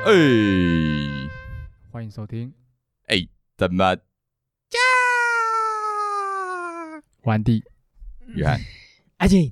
欢迎收听。 怎么完毕。 约翰， 阿静，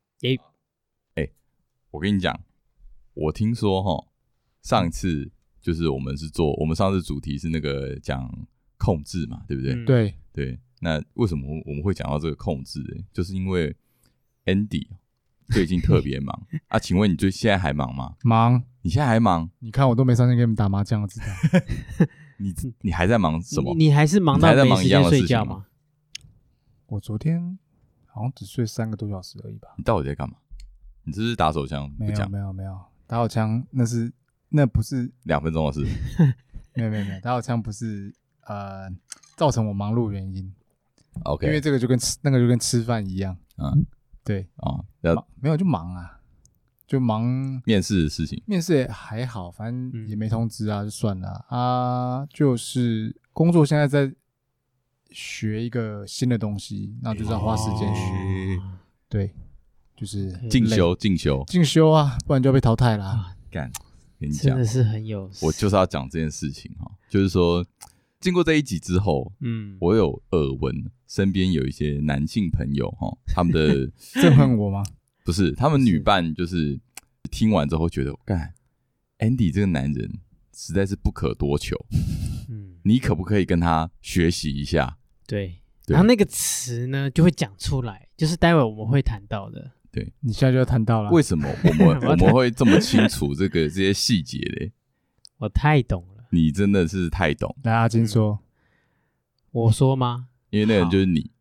我跟你讲，我听说上一次就是我们上次主题是那个讲控制嘛，对不对？ 对对。那为什么我们会讲到这个控制呢？就是因为 Andy 最近特别忙啊。请问你现在还忙吗？ 忙。 你现在还忙？ 你看我都没上线跟你们打麻将，我知道。 你还在忙什么？ 你还是忙到没时间睡觉吗？ 我昨天好像只睡3个多小时而已吧。 你到底在干嘛？你这是打手枪？ 没有，打手枪那不是 2分钟的事。 没有，打手枪不是造成我忙碌原因。 OK， 因为这个就跟吃饭一样。对没有就忙啊，就忙面试的事情。 面试也还好，反正也没通知啊，就算了啊。就是工作现在在学一个新的东西，那就是要花时间学。对，就是进修啊，不然就要被淘汰啦。 干，跟你讲， 真的是很有事。 我就是要讲这件事情就是说，经过这一集之后，我有耳闻身边有一些男性朋友他们的憎恨我吗？ 不是，他们女伴就是听完之后觉得，干 Andy 这个男人实在是不可多求。你可不可以跟他学习一下？ 对，然后那个词呢就会讲出来，就是待会我们会谈到的。 对， 你现在就要谈到了。 为什么我们会这么清楚这些细节嘞？ 我太懂了。 你真的是太懂。 来，阿金说。 我说吗？ 因为那个人就是你。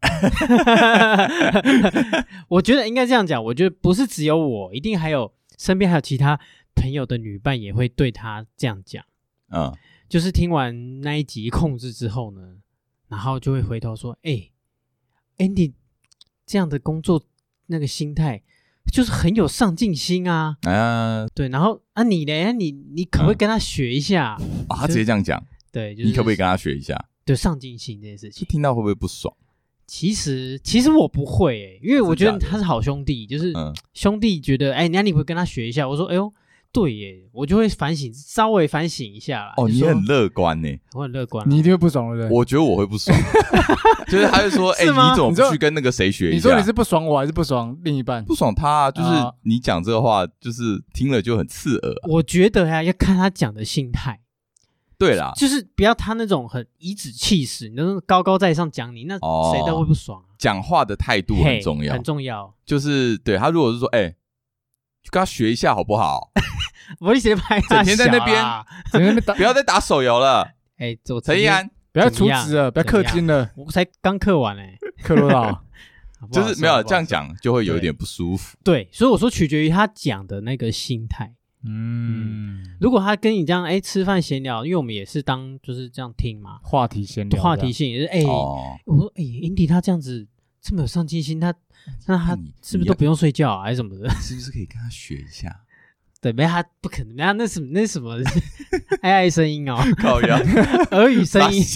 我觉得应该这样讲，我觉得不是只有我，一定身边还有其他朋友的女伴也会对他这样讲。就是听完那一集控制之后呢，然后就会回头说Andy 这样的工作那个心态就是很有上进心啊。对，然后你呢？你可不可以跟他学一下？ 他直接这样讲。 对，就是， 你可不可以跟他学一下？ 对，上进心这件事情， 听到会不会不爽？ 其实我不会因为我觉得他是好兄弟，就是兄弟觉得那你会跟他学一下？我说对耶，我就会稍微反省一下啦。 你很乐观呢。 我很乐观。 你一定会不爽对不对？ 我觉得我会不爽。就是他就说你怎么不去跟那个谁学一下？ 你说你是不爽我还是不爽另一半？ 不爽他就是你讲这个话就是听了就很刺耳。 我觉得要看他讲的心态。 对啦， 就是不要他那种很颐指气使，你那种高高在上讲你，那谁都会不爽。 讲话的态度很重要， 很重要。 就是对他如果是说就跟他学一下好不好？ 我一直拍他， 整天在那边不要再打手游了。陈一安， 不要出职了，不要氪金了。 我才刚氪完氪多少？ 就是没有这样讲就会有一点不舒服。 对，所以我说取决于他讲的那个心态。如果他跟你这样吃饭闲聊，因为我们也是就是这样听嘛， 话题闲聊， 话题性也是我说Andy 他这样子这么有上进心，那他是不是都不用睡觉还是什么的？ 是不是可以跟他學一下？ 对，没他不可能，那什么AI 声音靠腰俄语声音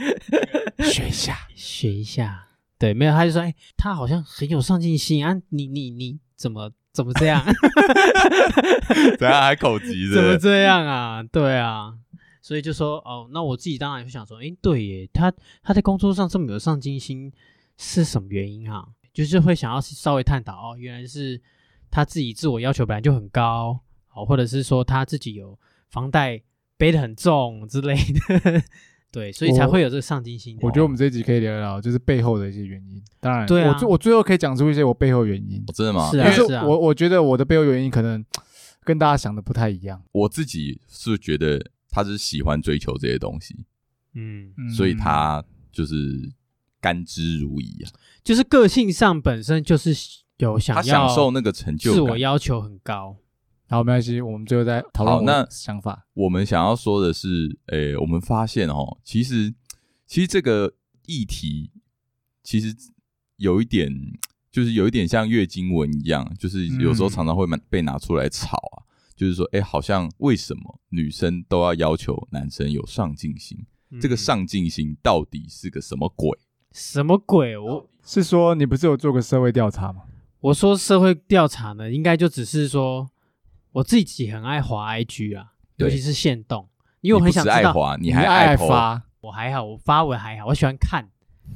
学一下。 对，没有他就说他好像很有上进心啊，你怎么这样？ 怎样还口急？ 怎么这样啊？对啊，所以就说那我自己当然会想说，对耶，他在工作上这么有上进心是什么原因啊？就是会想要稍微探讨原来是他自己自我要求本来就很高，或者是说他自己有房贷背得很重之类的。对，所以才会有这个上进心。 我觉得我们这一集可以聊聊就是背后的一些原因。当然， 对我最后可以讲出一些我背后原因。 真的吗？ 是啊， 但是我觉得我的背后原因可能跟大家想的不太一样。 我自己是觉得他是喜欢追求这些东西，所以他就是甘之如饴啊。 就是个性上本身就是有想要， 他享受那个成就感， 自我要求很高。 好，没关系，我们最后再讨论我的想法。 我们想要说的是，我们发现其实这个议题其实有一点像月经文一样，就是有时候常常会被拿出来吵啊。就是说，好像为什么女生都要求男生有上进心？这个上进心到底是个什么鬼？ 什么鬼？我是说你不是有做个社会调查吗？ 我说社会调查呢，应该就只是说。我自己很爱滑 IG 啊， 尤其是限动，因为我很想知道。 你不只爱滑，你还爱发。 我还好，我发文还好，我喜欢看。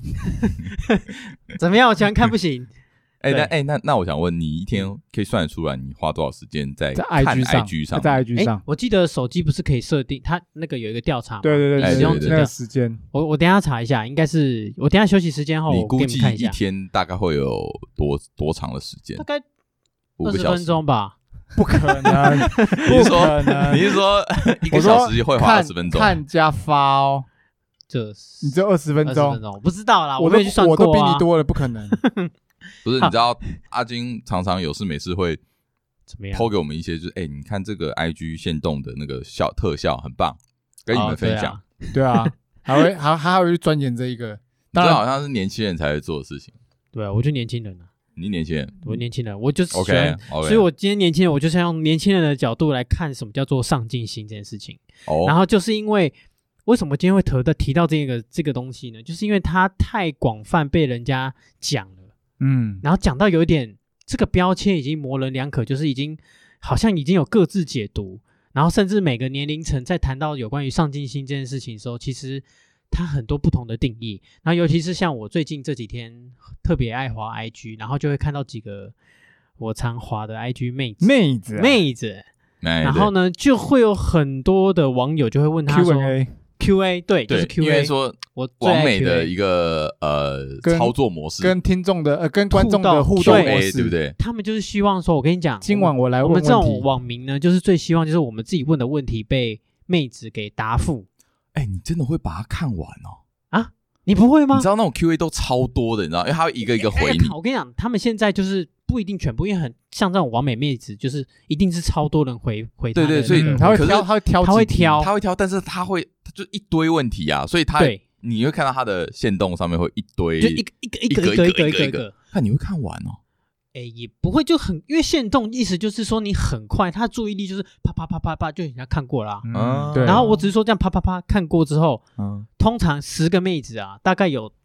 怎么样？我喜欢看不行。 那我想问你，一天可以算得出来你花多少时间在看 IG 上？ 在 IG 上， 我记得手机不是可以设定，它那个有一个调查吗？ 对， 使用那个时间。 我等一下查一下，应该是我等一下休息时间后， 你估计一天大概会有多长的时间？ 大概 20 分钟吧。 不可能， 你是说1个小时会花20分钟？ 看加发哦。你只有20分钟， 我不知道啦，我没有去算过啊。 我都比你多了，不可能。 不是，你知道阿金常常有事没事会怎么样抛给我们一些，就是你看这个 IG 限动的那个特效很棒，跟你们分享。 对啊，还会去钻研这一个， 这好像是年轻人才会做的事情。 对啊，我就年轻人啊。 你年轻人， 我年轻人，我就是喜欢， 所以我今天年轻人，我就是要用年轻人的角度来看什么叫做上进心这件事情。然后就是因为什么今天会提到这个东西呢？就是因为它太广泛被人家讲了，然后讲到有一点这个标签已经模棱两可，就是好像已经有各自解读，然后甚至每个年龄层在谈到有关于上进心这件事情的时候，其实它很多不同的定义。然后尤其是像我最近这几天特别爱滑 IG， 然后就会看到几个我常滑的 IG 妹子，然后呢就会有很多的网友就会问他说 QA 对，就是 QA， 因为说我网美的一个操作模式， 跟听众的跟观众的互动模式， 对不对？ 他们就是希望说，我跟你讲， 今晚我来问问题。 我们这种网民呢，就是最希望就是我们自己问的问题被妹子给答复。 你真的会把它看完哦？ 啊，你不会吗？ 你知道那种 QA 都超多的，你知道，因为他会一个一个回你。 我跟你讲，他们现在就是不一定全部，因为很像这种网美妹子，就是一定是超多人回他的。 对，所以他会挑， 但是他就一堆问题啊，所以你会看到他的限动上面会一堆， 就一个， 那你会看完哦？ 也不会，就很，因为限动意思就是说你很快，他注意力就是啪啪啪啪啪就人家看过啦。 对。 然后我只是说这样啪啪啪看过之后，通常10个妹子啊，大概有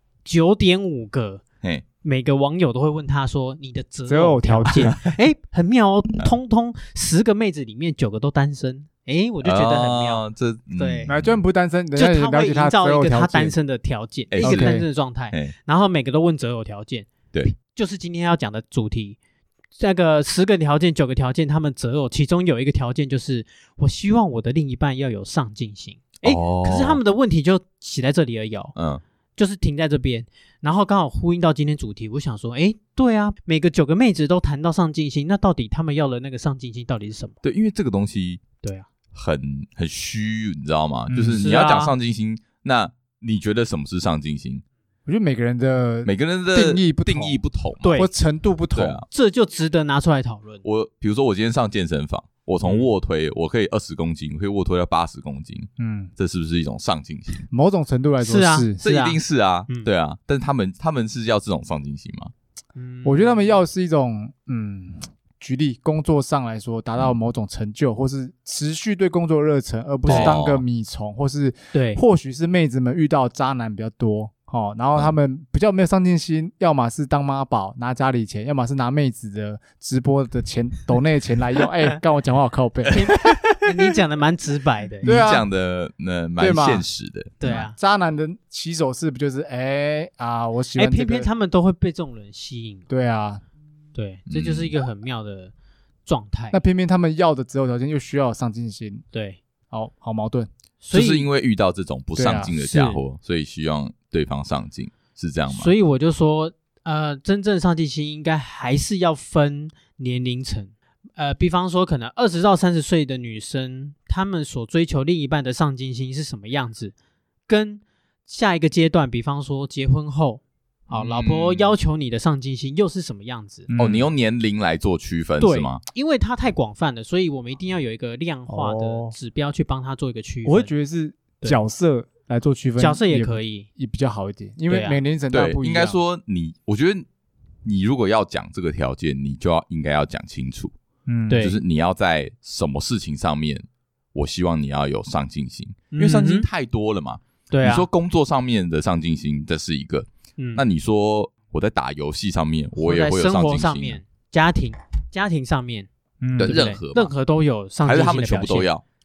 9.5个，每个网友都会问他说你的择偶条件，很妙哦，通10个妹子里面9个都单身。我就觉得很妙，对， 就算不单身， 就他会营造一个他单身的条件，一个单身的状态，然后每个都问择偶条件， 对， 就是今天要讲的主题。那个10个条件、9个条件，他们择偶，其中有一个条件就是我希望我的另一半要有上进心。可是他们的问题就写在这里而已哦，就是停在这边，然后刚好呼应到今天主题。我想说，对啊，每个9个妹子都谈到上进心，那到底他们要的那个上进心到底是什么？ 对，因为这个东西， 对啊。 很虚，你知道吗？就是你要讲上进心，那你觉得什么是上进心？ 我觉得每个人的定义不同， 对， 或程度不同， 这就值得拿出来讨论。 比如说我今天上健身房，我从卧推我可以20公斤，我可以卧推到80公斤，这是不是一种上进心？ 某种程度来说是， 这一定是啊，对啊。但是他们是要这种上进心吗？ 我觉得他们要的是一种举例，工作上来说，达到某种成就，或是持续对工作热忱，而不是当个米虫，或是或许是妹子们遇到渣男比较多，然后他们比较没有上进心，要么是当妈宝拿家里钱，要么是拿妹子的直播的钱、抖内的钱来用。跟我讲话好靠背， 你讲的蛮直白的， 你讲的蛮现实的， 对啊。 渣男的起手式不就是我喜欢， 偏偏他们都会被这种人吸引， 对啊。 对，这就是一个很妙的状态。 那偏偏他们要的择偶条件又需要上进心， 对， 好矛盾。 就是因为遇到这种不上进的家伙，所以希望对方上进，是这样吗？ 所以我就说，真正上进心应该还是要分年龄层。比方说，可能20到30岁的女生，她们所追求另一半的上进心是什么样子，跟下一个阶段，比方说结婚后。老婆要求你的上进心又是什么样子？ 你用年龄来做区分是吗？ 因为它太广泛了，所以我们一定要有一个量化的指标去帮他做一个区分。 我会觉得是角色来做区分， 角色也可以， 也比较好一点，因为每年龄层大不一样。 应该说我觉得你如果要讲这个条件，你就应该要讲清楚。 对， 就是你要在什么事情上面，我希望你要有上进心，因为上进心太多了嘛。 对啊， 你说工作上面的上进心，这是一个。那你说我在打游戏上面，我也会有上进心。 生活上面、家庭上面， 任何都有上进心的表现。 还是他们全部都要？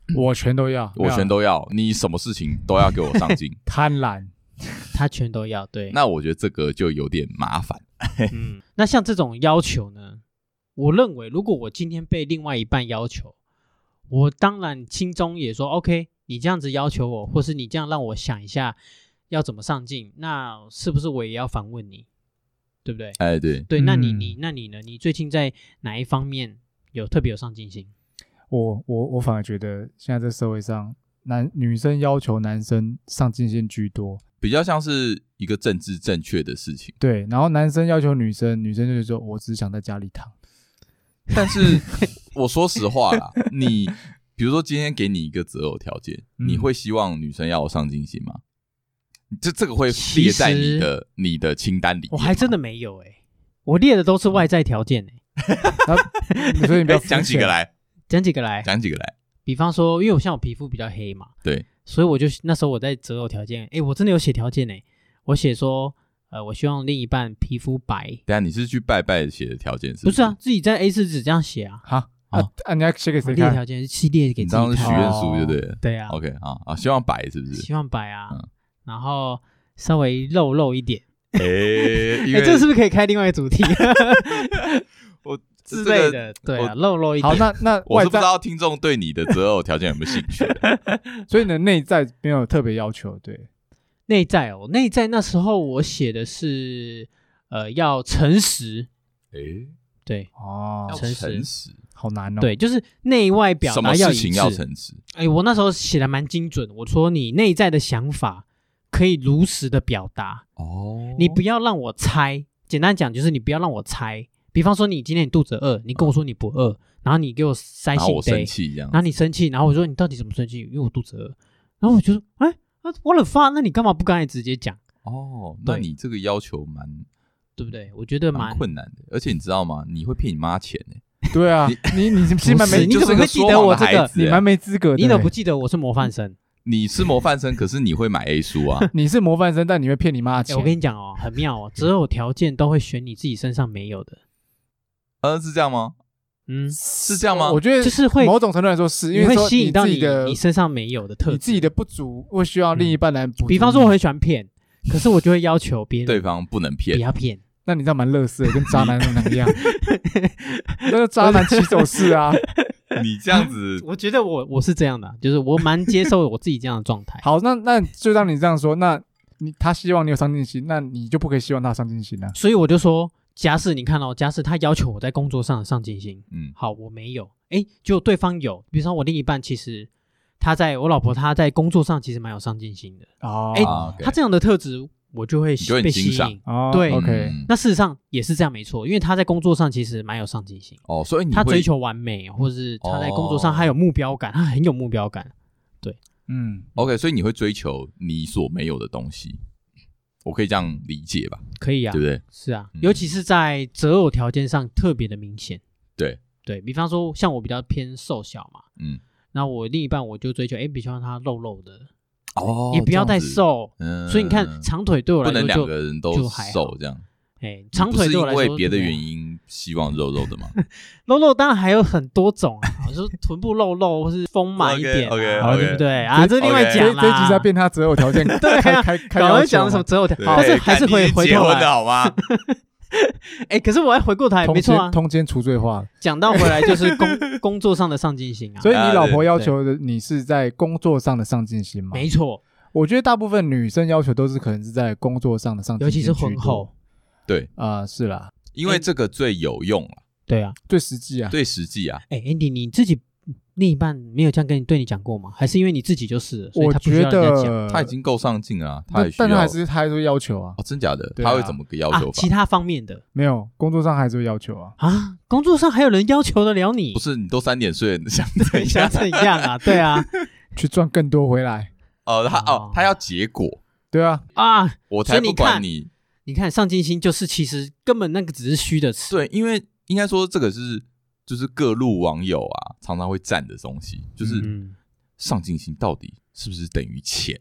我全都要， 我全都要，你什么事情都要给我上进， 贪婪， 他全都要。对， 那我觉得这个就有点麻烦。 那像这种要求呢，我认为如果我今天被另外一半要求，我当然心中也说 OK， 你这样子要求我，或是你这样让我想一下要怎么上进，那是不是我也要反问你，对不对？ 对， 那你呢？你最近在哪一方面特别有上进心？ 我反而觉得现在这社会上，女生要求男生上进心居多， 比较像是一个政治正确的事情。 对，然后男生要求女生就是说我只想在家里躺。 但是我说实话啦，你比如说今天给你一个择偶条件，你会希望女生要有上进心吗？这个会列在你的清单里面。 我还真的没有我列的都是外在条件所以你不要讲几个来。 比方说，因为我皮肤比较黑嘛， 对， 所以我就那时候我在择偶条件，我真的有写条件我写说，我希望另一半皮肤白。 等一下你是去拜拜写的条件是不是？ 不是啊，自己在 A4 纸这样写啊。 好你要写给谁看？ 列条件是列给自己看。 你当时许愿书就对了。 对啊。 OK 希望白是不是？ 希望白啊，然后稍微肉一点。 这是不是可以开另外一个主题？ 我之类的，对啊，肉一点。 好，那我是不知道听众对你的择偶条件有没有兴趣。 所以呢，内在没有特别要求，对。 内在那时候我写的是要诚实。对诚实好难哦。 对，就是内外表达要一致。什么事情要诚实？ 我那时候写的蛮精准，我说你内在的想法可以如实的表达。你不要让我猜。简单讲就是你不要让我猜。比方说你今天你肚子饿，你跟我说你不饿，然后你给我塞信，然后我生气这样， 然后你生气，然后我说你到底怎么生气？因为我肚子饿。然后我就说我的发，那你干嘛不刚才直接讲？ 那你这个要求蛮， 对不对？我觉得蛮困难的，而且你知道吗？你会骗你妈钱对啊，你起码你怎么会记得我这个？ 你蛮没资格的。 你怎么不记得我是模范生？ 你是模范生，可是你会买 A 书啊？ 你是模范生，但你会骗你妈钱。 我跟你讲很妙择偶条件都会选你自己身上没有的。 是这样吗？是这样吗？ 我觉得就是会某种程度来说是，因为会吸引到你身上没有的特质， 你自己的不足会需要另一半来补。 比方说我很喜欢骗，可是我就会要求别人对方不能骗， 不要骗。 那你这样蛮垃圾的，跟渣男一样。那个渣男起手式啊！ 你这样子， 我觉得我是这样的，就是我蛮接受我自己这样的状态。 好，那就让你这样说，那他希望你有上进心，那你就不可以希望他有上进心啊。 所以我就说。假使你看假使他要求我在工作上的上进心，好，我没有，就对方有，比如说我另一半，其实我老婆她在工作上其实蛮有上进心的，她这样的特质我就会被吸引，对 ，OK， 那事实上也是这样没错，因为她在工作上其实蛮有上进心， 所以她追求完美，或是她在工作上她有目标感，她很有目标感，对 ，OK， 所以你会追求你所没有的东西。我可以这样理解吧？ 可以啊， 对不对？ 是啊，尤其是在择偶条件上特别的明显。对，比方说像我比较偏瘦小嘛，那我另一半我就追求，比较他肉肉的，也不要太瘦。所以你看长腿对我来说不能两个人都瘦这样。 长腿对我来说， 不是因为别的原因希望肉肉的吗？ 肉当然还有很多种就是臀部肉或是丰满一点，对不对啊？这另外讲啦。 这集在变他择偶条件， 对啊，搞会讲什么择偶条件，但是还是回头来的好吗？ 可是我还回过头来，没错啊， 通奸除罪化。 讲到回来就是工作上的上进心啊。 所以你老婆要求的你是在工作上的上进心吗？ 没错， 我觉得大部分女生要求都是可能是在工作上的上进心， 尤其是婚后。 对是啦， 因为这个最有用了。 对啊， 最实际啊。 Andy， 你自己另一半没有这样对你讲过吗？还是因为你自己就是了，所以他不需要人家讲？ 他已经够上进了， 但他还是会要求啊。 真假的？他会怎么个要求法？ 其他方面的没有，工作上还是会要求啊。 工作上还有人要求得了你？ 不是，你都3点睡了，想怎样啊？对啊， 去赚更多回来。 他要结果。 对啊， 我才不管你。 你看上进心就是其实根本那个只是虚的词。 对，因为应该说这个就是各路网友常常会赞的东西，就是上进心到底是不是等于钱？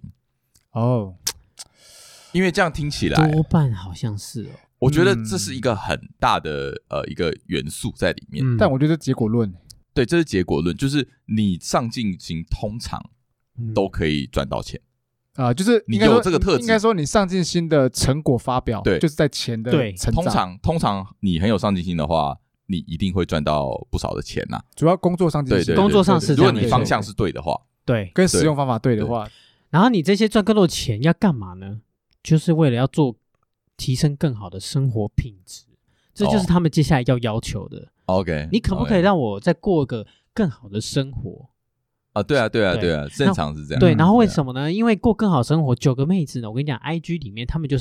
因为这样听起来多半好像是我觉得这是一个很大的一个元素在里面。 但我觉得结果论， 对，这是结果论，就是你上进心通常都可以赚到钱。 就是你有这个特质， 应该说你上进心的成果发表， 对， 就是在钱的成长。 通常你很有上进心的话，你一定会赚到不少的钱呐。 主要工作上进心， 对， 工作上是如果你方向是对的话， 对， 跟使用方法对的话， 然后你这些赚更多的钱要干嘛呢？就是为了要提升更好的生活品质，这就是他们接下来要求的。 OK， 你可不可以让我再过个更好的生活？ 对啊，正常是这样。 对，然后为什么呢？因为过更好生活，9个妹子呢，我跟你讲 ，IG 里面他们就是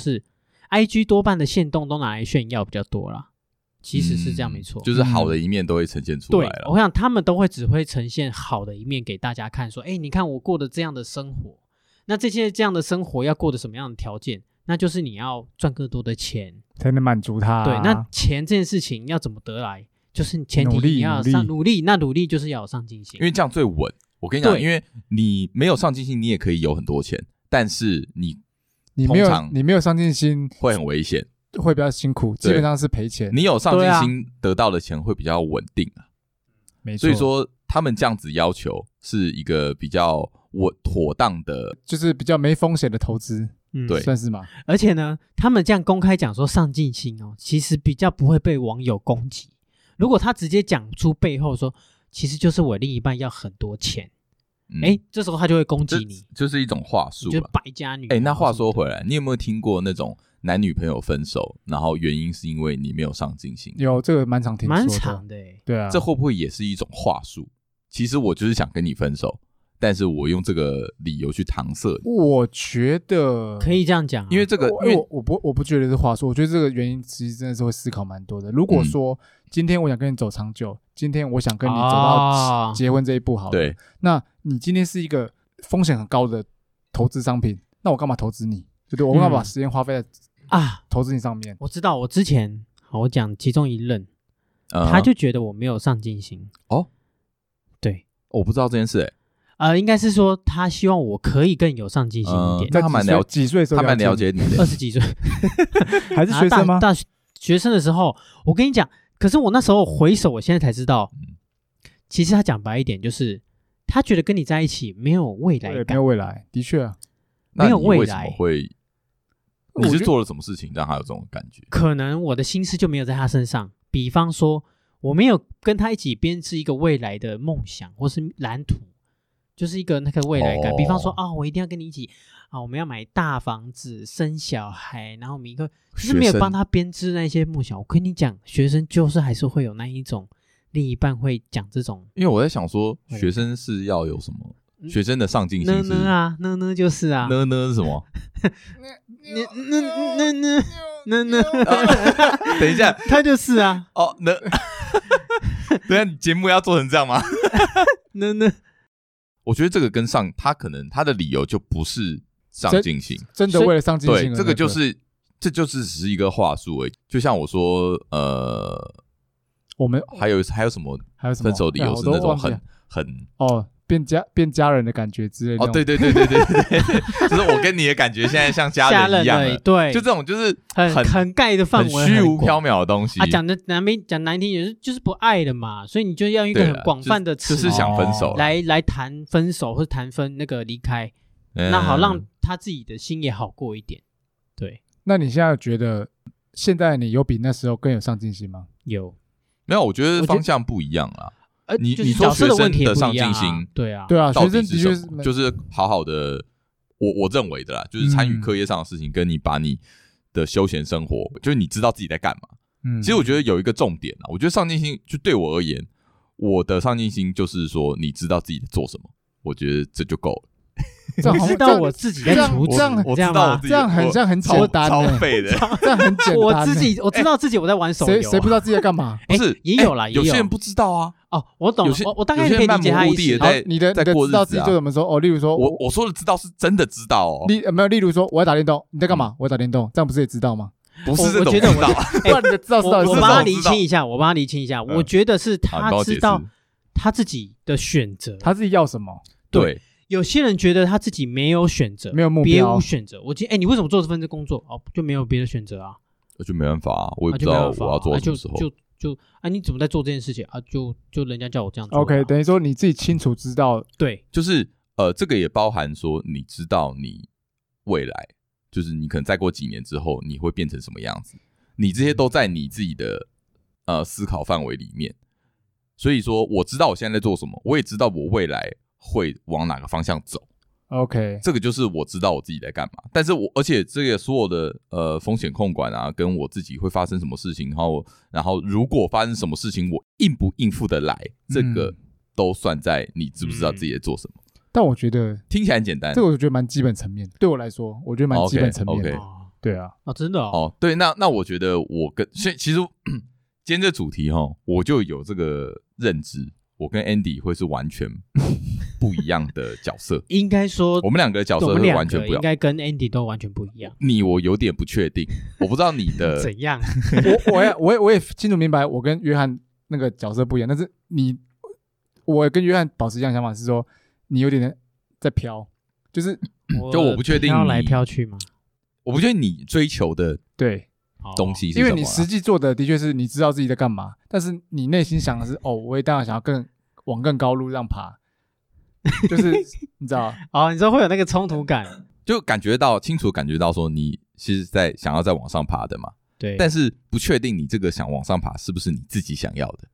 IG 多半的限动都拿来炫耀比较多啦。其实是这样，没错， 就是好的一面都会呈现出来了。 对，我想他们只会呈现好的一面给大家看，说，你看我过的这样的生活，那这样的生活要过的什么样的条件？那就是你要赚更多的钱才能满足他。 对，那钱这件事情要怎么得来？就是前提你要努力，那努力就是要有上进心， 因为这样最稳。我跟你讲，因为你没有上进心，你也可以有很多钱，但是你没有上进心会很危险， 会比较辛苦，基本上是赔钱。 你有上进心得到的钱会比较稳定啊， 没错。 所以说他们这样子要求是一个比较妥当的， 就是比较没风险的投资。对，算是嘛。 而且呢，他们这样公开讲说上进心其实比较不会被网友攻击。如果他直接讲出背后说，其实就是我另一半要很多钱，这时候他就会攻击你， 就是一种话术， 就是败家女。 那话说回来，你有没有听过那种男女朋友分手，然后原因是因为你没有上进心？ 有，这个蛮常听说的， 蛮长的。 对啊， 这会不会也是一种话术？其实我就是想跟你分手，但是我用这个理由去搪塞你。 我觉得可以这样讲， 因为这个， 因为我不觉得是话术，我觉得这个原因其实真的是会思考蛮多的。如果说今天我想跟你走长久，今天我想跟你走到结婚这一步好了， 对， 那你今天是一个风险很高的投资商品，那我干嘛投资你？对不对？我干嘛把时间花费在投资你上面？ 我知道，我之前我讲其中一任，他就觉得我没有上进心。对， 我不知道这件事。 应该是说他希望我可以更有上进心一点。 那他蛮几岁的时候， 他蛮了解你的 ，20几岁， 还是学生吗？ 大学生的时候，我跟你讲，可是我那时候回首，我现在才知道，其实他讲白一点，就是他觉得跟你在一起没有未来感， 没有未来，的确啊， 没有未来。 为什么会？你是做了什么事情让他有这种感觉？ 可能我的心思就没有在他身上，比方说，我没有跟他一起编织一个未来的梦想或是蓝图。就是一个那个未来感，比方说我一定要跟你一起我们要买大房子、生小孩，然后我们就是没有帮他编织那些梦想。我跟你讲，学生就是还是会有那一种另一半会讲这种， 因为我在想说，学生是要有什么？学生的上进心是呢就是啊， 呢是什么？ 呢， 等一下， 他就是啊， 呢，等一下，你节目要做成这样吗？ 呢。 我觉得这个跟他可能他的理由就不是上进心， 真的为了上进心， 对，这就是只是一个话术而已。就像我说， 我们还有什么分手理由是那种很变家人的感觉之类的。 对，就是我跟你的感觉现在像家人一样了， 对， 就这种就是很盖的范围， 很虚无缥缈的东西。 讲难听也是就是不爱的嘛，所以你就要用一个很广泛的词， 就是想分手来谈分手或者谈那个离开，那好让他自己的心也好过一点。对， 那你现在觉得现在你有比那时候更有上进心吗？ 有， 没有？我觉得方向不一样啦。你说学生的上进心， 对啊， 学生的确是就是好好的，我认为的啦，就是参与课业上的事情，跟你把你的休闲生活，就是你知道自己在干嘛。其实我觉得有一个重点啊，我觉得上进心就对我而言，我的上进心就是说你知道自己在做什么，我觉得这就够了。 我知道我自己在处理， 我知道这样很像很简单， 超废的， 这样很简单。 我知道自己我在玩手游， 谁不知道自己在干嘛？ 不是也有啦， 有些人不知道啊。 我懂，我大概可以理解他意思。 你的知道自己做什么时候？例如说， 我说的知道是真的知道哦。 没有，例如说我在打电动，你在干嘛？我在打电动，这样不是也知道吗？ 不是这种知道， 不然你的知道我帮他厘清一下，我觉得是他知道他自己的选择， 他自己要什么？ 对。 有些人觉得他自己没有选择， 没有目标， 别无选择。你为什么做这份工作？就没有别的选择啊？ 就没办法啊，我也不知道我要做什么时候。 你怎么在做这件事情啊？就人家叫我这样做。 OK， 等于说你自己清楚知道， 对， 就是这个也包含说你知道你未来，就是你可能再过几年之后你会变成什么样子，你这些都在你自己的思考范围里面。所以说我知道我现在在做什么，我也知道我未来会往哪个方向走。 OK， 这个就是我知道我自己在干嘛，但是而且这个所有的风险控管啊，跟我自己会发生什么事情，然后如果发生什么事情，我应不应付得来，这个都算在你知不知道自己在做什么。 但我觉得听起来很简单， 这个我觉得蛮基本层面的，对我来说，我觉得蛮基本层面的。 OK， 对啊， 真的哦， 对，那我觉得其实今天这主题我就有这个认知。我跟 Andy 会是完全不一样的角色， 应该说我们两个的角色是完全不一样， 应该跟 Andy 都完全不一样。 我有点不确定，我不知道你的怎样。 我也清楚明白，我跟约翰那个角色不一样，但是我跟约翰保持一样想法是说，你有点在飘，就是我不确定飘来飘去吗？ 我不确定你追求的对东西是什么， 因为你实际做的的确是你知道自己在干嘛，但是你内心想的是我也当然想要往更高路上爬，就是你知道你说会有那个冲突感， 就清楚感觉到说你是想要再往上爬的嘛， 对， 但是不确定你这个想往上爬是不是你自己想要的。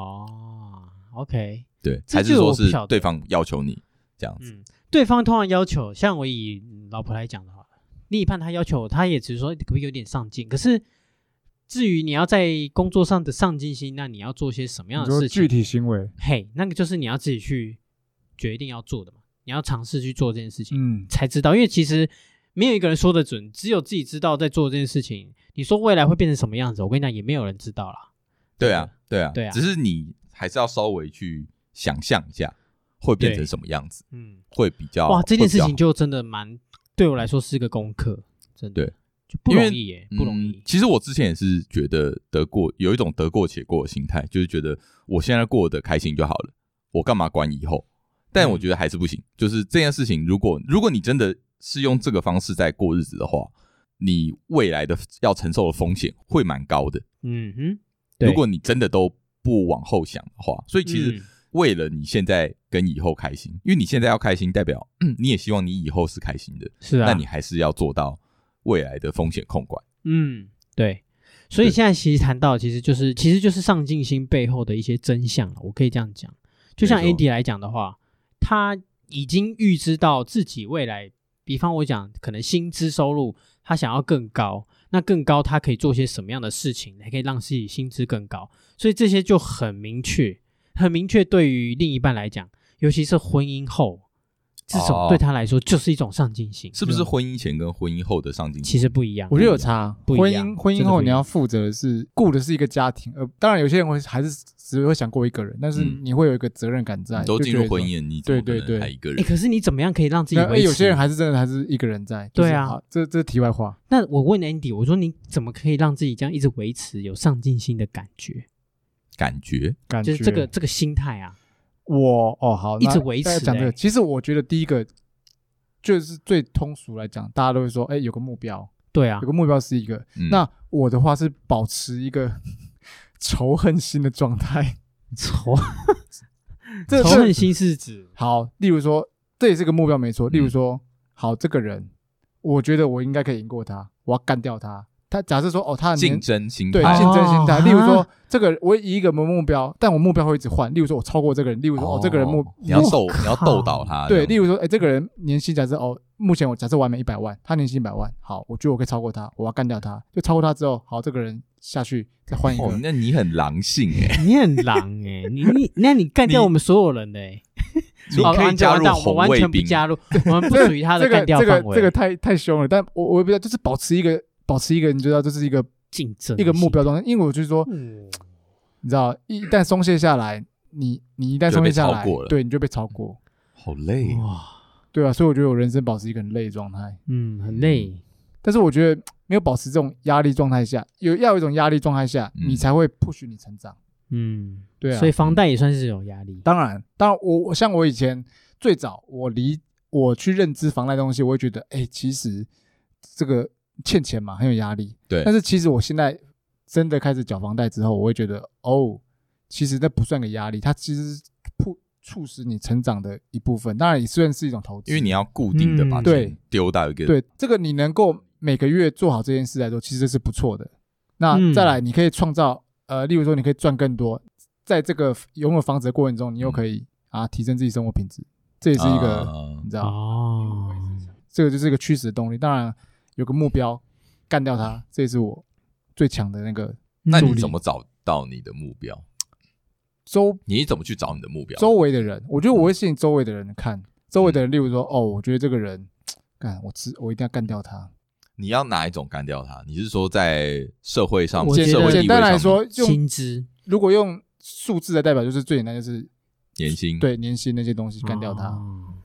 OK， 对，还是说是对方要求你这样子？ 对方通常要求，像我以老婆来讲的话，另一半他要求，他也只是说可不可以有点上进，可是至于你要在工作上的上进心，那你要做些什么样的事情？ 具体行为， 那个就是你要自己去决定要做的嘛，你要尝试去做这件事情，才知道。因为其实没有一个人说得准，只有自己知道在做这件事情。你说未来会变成什么样子，我跟你讲，也没有人知道啦。 对啊，只是你还是要稍微去想象一下会变成什么样子，会比较这件事情就真的对我来说是个功课，真的。 对。 就不容易耶，不容易。 其实我之前也是觉得有一种得过且过的心态，就是觉得我现在过得开心就好了，我干嘛管以后？但我觉得还是不行，就是这件事情，如果你真的是用这个方式在过日子的话，你未来的要承受的风险会蛮高的。如果你真的都不往后想的话，所以其实为了你现在跟以后开心，因为你现在要开心，代表你也希望你以后是开心的， 是啊， 那你还是要做到未来的风险控管。 对，所以现在其实谈到其实就是上进心背后的一些真相，我可以这样讲。就像 Andy 来讲的话，他已经预知到自己未来，比方我讲可能薪资收入他想要更高，那更高他可以做些什么样的事情才可以让自己薪资更高，所以这些就很明确对于另一半来讲，尤其是婚姻后，这种对他来说就是一种上进心。 是不是婚姻前跟婚姻后的上进心其实不一样？ 我觉得有差。婚姻后你要负责的顾的是一个家庭，当然有些人还是只会想过一个人，但是你会有一个责任感在。 你都进入婚姻，你怎么可能还一个人？ 可是你怎么样可以让自己维持？ 有些人还是真的还是一个人在。 对啊， 这是题外话。 那我问 Andy， 我说你怎么可以让自己这样一直维持有上进心的感觉？就是这个心态啊。 好， 一直维持。 讲这个，其实我觉得第一个就是最通俗来讲，大家都会说，有个目标。 对啊， 有个目标是一个。那我的话是保持一个仇恨心的状态。 仇恨心是指好，例如说，这也是个目标没错。例如说，好，这个人，我觉得我应该可以赢过他，我要干掉他。他假设说，他竞争心态， 对，竞争心态。例如说，这个我以一个目标，但我目标会一直换。例如说，我超过这个人。例如说，这个人你要斗倒他。 对，例如说，这个人年薪假设目前我假设完美100万，他年薪100万，好，我觉得我可以超过他，我要干掉他。就超过他之后，好，这个人下去再换一个。 那你很狼性你很狼那你干掉我们所有人的你可以加入红卫兵， 我完全不加入，我们不属于他的干掉范围。 这个太凶了，但我也不知道，就是保持一个，你知道，这是一个竞争一个目标状态。因为我就是说，你知道，一旦松懈下来，你一旦松懈下来，对，你就被超过， 好累哇！对啊，所以我觉得我人生保持一个很累的状态， 很累。 但是我觉得没有保持这种压力状态下，要有一种压力状态下，你才会 push 你成长。对啊。 所以房贷也算是这种压力。 当然，我像我以前最早我去认知房贷的东西，我会觉得，其实这个欠钱嘛很有压力。 对。 但是其实我现在真的开始缴房贷之后，我会觉得其实那不算个压力，它其实促使你成长的一部分。当然也算是一种投资， 因为你要固定的把钱丢到一个对这个你能够每个月做好这件事来说，其实是不错的。那再来，你可以创造例如说你可以赚更多，在这个拥有房子的过程中，你又可以提升自己生活品质，这也是一个你知道这个就是一个驱使的动力。当然有个目标干掉它，这也是我最强的那个。 那你怎么找到你的目标？你怎么去找你的目标？ 周围的人，我觉得我会吸引周围的人看。周围的人，例如说，我觉得这个人，我一定要干掉他。 你要哪一种干掉他？你是说在社会上， 简单来说， 薪资， 如果用数字来代表，就是最简单，就是年薪。 对，年薪那些东西干掉他。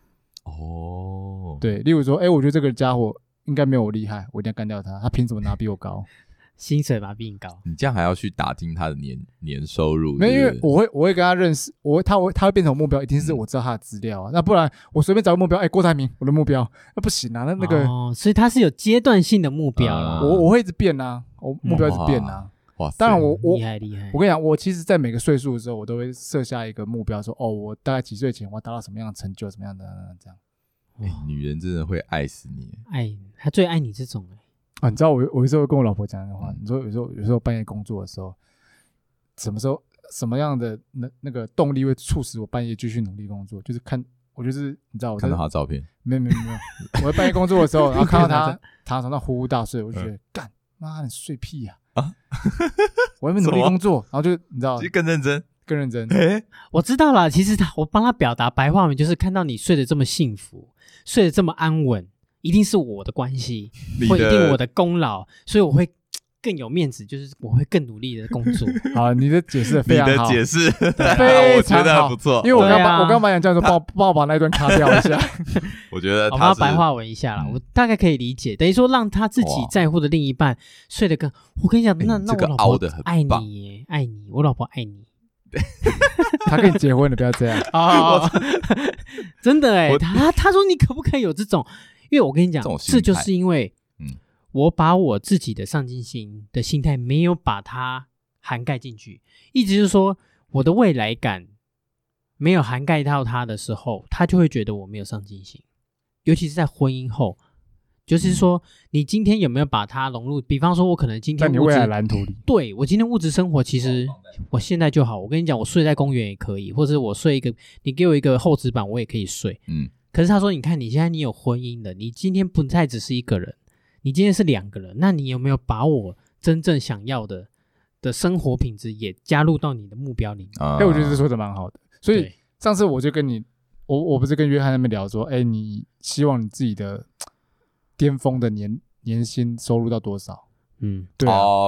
对，例如说，我觉得这个家伙应该没有我厉害，我一定要干掉他。他凭什么拿比我高？ 薪水嘛比你高， 你这样还要去打听他的年收入？ 没有，因为我会跟他认识，他会变成我目标，一定是我知道他的资料啊。那不然我随便找个目标，郭台铭我的目标，那不行啊。那个所以他是有阶段性的目标啦。 我会一直变啊，我目标一直变啊。当然我厉害。 我跟你讲，我其实在每个岁数的时候，我都会设下一个目标，说我大概几岁前我要达到什么样的成就，什么样的这样。 女人真的会爱死你， 她最爱你这种你知道我有时候跟我老婆讲的话，你说有时候半夜工作的时候，什么样的那个动力会促使我半夜继续努力工作？就是我就是你知道，我看到他照片， 没有，我在半夜工作的时候，然后看到他躺在床上呼呼大睡，我就觉得干妈你睡屁呀！我在那边努力工作，然后就你知道， 更认真。 我知道了，其实我帮他表达白话文，就是看到你睡得这么幸福，睡得这么安稳。一定是我的关系，或一定我的功劳，所以我会更有面子，就是我会更努力的工作。 好，你的解释非常好， 你的解释非常好， 不错。 因为我刚蛮想这样说，帮我把那一段卡掉一下。 我觉得我帮他白话文一下啦，我大概可以理解，等于说让他自己在乎的另一半睡得更。我跟你讲，那我老婆爱你耶，爱你，我老婆爱你。 他跟你结婚了，不要这样真的他说你可不可以有这种？因为我跟你讲，这就是因为我把我自己的上进心的心态没有把它涵盖进去，意思就是说我的未来感没有涵盖到他的时候，他就会觉得我没有上进心，尤其是在婚姻后，就是说你今天有没有把它融入？比方说我可能今天在你未来蓝图里， 对，我今天物质生活其实我现在就好，我跟你讲，我睡在公园也可以，或者我睡你给我一个厚纸板我也可以睡。可是他说，你看你现在你有婚姻了，你今天不再只是一个人，你今天是2个人，那你有没有把我真正想要的生活品质也加入到你的目标里面？ 我觉得这说的蛮好的。所以上次我就跟你，我不是跟约翰那边聊说，你希望你自己的巅峰的年薪收入到多少？对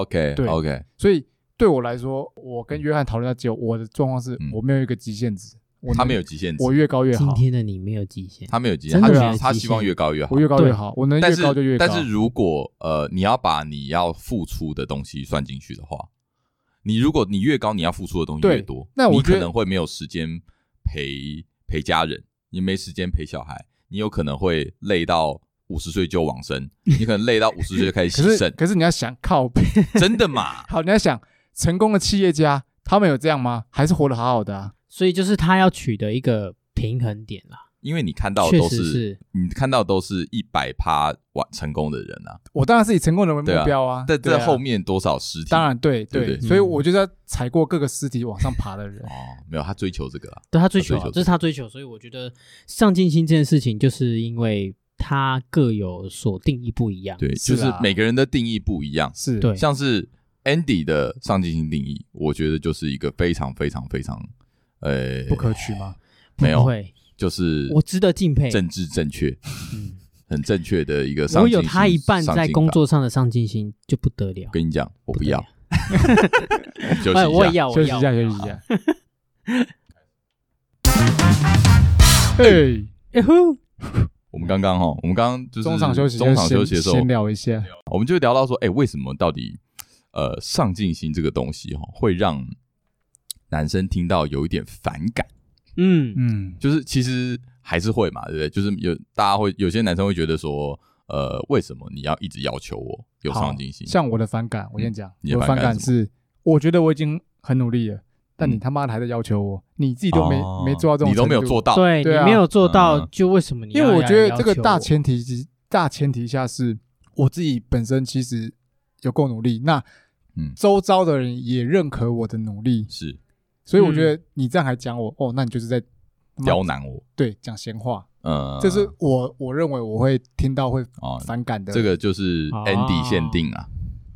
，OK， 所以对我来说，我跟约翰讨论到结果，我的状况是我没有一个极限值。 他没有极限值， 我越高越好。 今天的你没有极限， 他没有极限，他希望越高越好。 我越高越好，我能越高就越高。 但是如果你要把你要付出的东西算进去的话，如果你越高，你要付出的东西越多， 那你可能会没有时间陪家人，你没时间陪小孩，你有可能会累到50岁就往生，你可能累到50岁就开始牺牲。 可是你要想靠北， 真的嘛？ 好，你要想成功的企业家，他们有这样吗？还是活得好好的啊？ 所以就是他要取得一个平衡点啦。 因为你看到的都是100%成功的人啊。 我当然是以成功人为目标啊。 但这后面多少尸体？ 当然对，所以我就是要踩过各个尸体往上爬的人。 没有，他追求这个啦。 对，他追求，这是他追求。所以我觉得上进心这件事情，就是因为他各有所定义不一样。 对，就是每个人的定义不一样。 是， 对， 像是 Andy 的上进心定义，我觉得就是一个非常非常非常不可取吗？ 没有， 不会， 就是我值得敬佩， 政治正确，很正确的一个上进心。 我有他一半在工作上的上进心就不得了。 跟你讲，我不要。 我也要， 休息一下。 我们刚刚就是中场休息的时候闲聊一下， 我们就聊到说，为什么到底上进心这个东西会让男生听到有一点反感？就是其实还是会嘛，对不对？就是大家会有些男生会觉得说， 为什么你要一直要求我有上进心？ 像我的反感，我先讲， 我的反感是，我觉得我已经很努力了，但你他妈的还在要求我，你自己都没做到这种程度， 你都没有做到， 对你没有做到，就为什么你要？ 因为我觉得这个大前提下是我自己本身其实有够努力，那周遭的人也认可我的努力， 是， 所以我觉得你这样还讲我，那你就是在刁难我， 对，讲闲话。这是我认为我会听到会反感的， 这个就是 Andy 限定啊